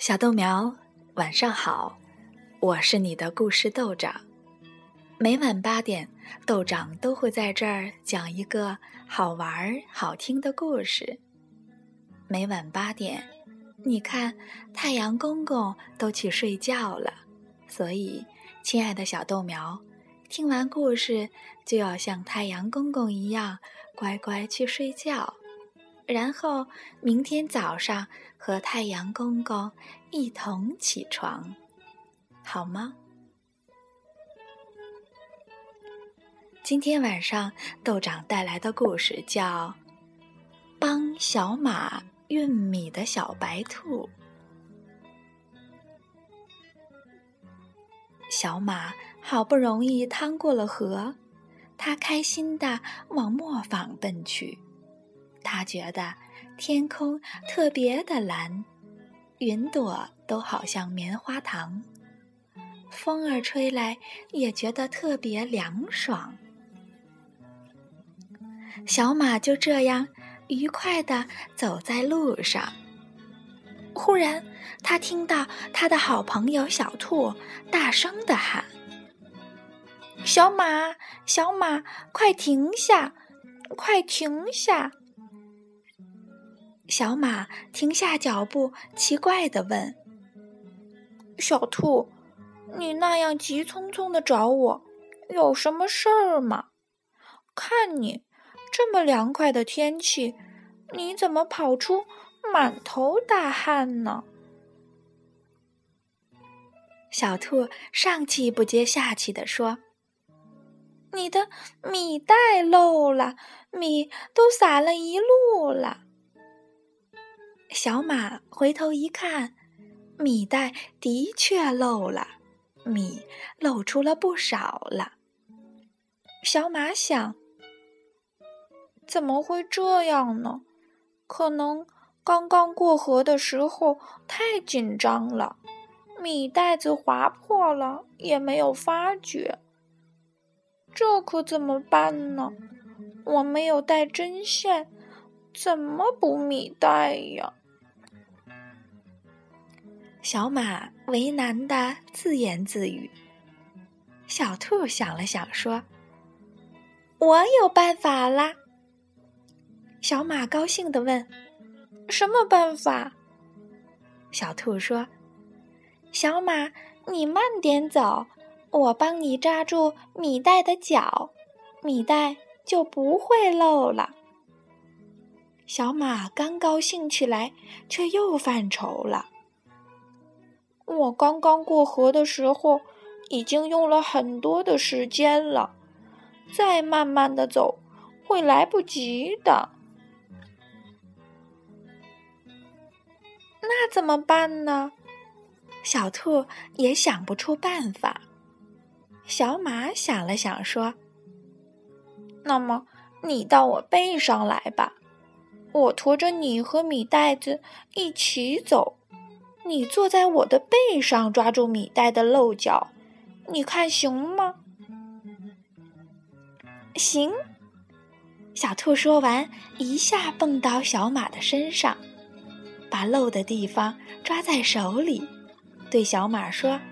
小豆苗，晚上好，我是你的故事豆长。每晚8点，豆长都会在这儿讲一个好玩好听的故事。每晚8点，你看太阳公公都去睡觉了，所以亲爱的小豆苗，听完故事就要像太阳公公一样乖乖去睡觉，然后明天早上和太阳公公一同起床，好吗？今天晚上豆长带来的故事叫《帮小马运米的小白兔》。小马好不容易趟过了河，它开心地往磨坊奔去。它觉得天空特别的蓝，云朵都好像棉花糖，风儿吹来也觉得特别凉爽。小马就这样愉快地走在路上。忽然，他听到他的好朋友小兔大声地喊：“小马，小马，快停下，快停下！”小马停下脚步，奇怪地问：“小兔，你那样急匆匆地找我，有什么事儿吗？看你这么凉快的天气，你怎么跑出满头大汗呢？”小兔上气不接下气地说：“你的米袋漏了，米都洒了一路了。”小马回头一看，米袋的确漏了，米漏出了不少了。小马想，怎么会这样呢？可能刚刚过河的时候太紧张了，米袋子划破了也没有发觉。这可怎么办呢？我没有带针线，怎么补米袋呀？小马为难地自言自语。小兔想了想说：“我有办法啦！”小马高兴地问：“什么办法？”小兔说：“小马，你慢点走，我帮你抓住米袋的角，米袋就不会漏了。”小马刚高兴起来，却又犯愁了。我刚刚过河的时候，已经用了很多的时间了，再慢慢的走，会来不及的。那怎么办呢？小兔也想不出办法。小马想了想说：“那么你到我背上来吧，我驮着你和米袋子一起走，你坐在我的背上抓住米袋的漏角，你看行吗？”“行。”小兔说完，一下蹦到小马的身上，把漏的地方抓在手里，对小马说：“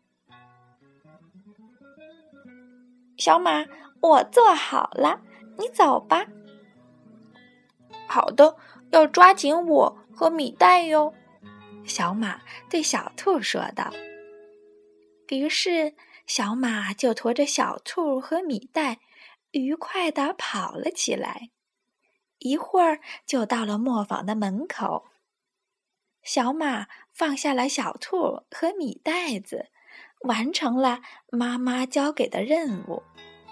小马，我做好了，你走吧。”“好的，要抓紧我和米袋哟。”小马对小兔说道。于是小马就驮着小兔和米袋愉快地跑了起来，一会儿就到了磨坊的门口。小马放下了小兔和米袋子，完成了妈妈交给的任务。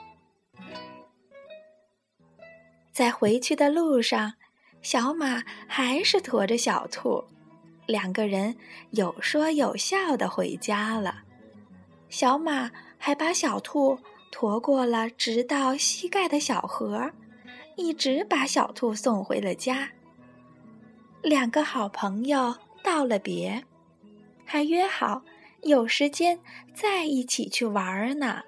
在回去的路上，小马还是驮着小兔，两个人有说有笑地回家了。小马还把小兔驮过了直到膝盖的小河，一直把小兔送回了家。两个好朋友道了别，还约好有时间再一起去玩呢。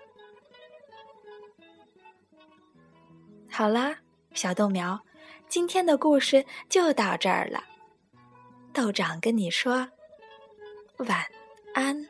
好啦，小豆苗，今天的故事就到这儿了。豆长跟你说晚安。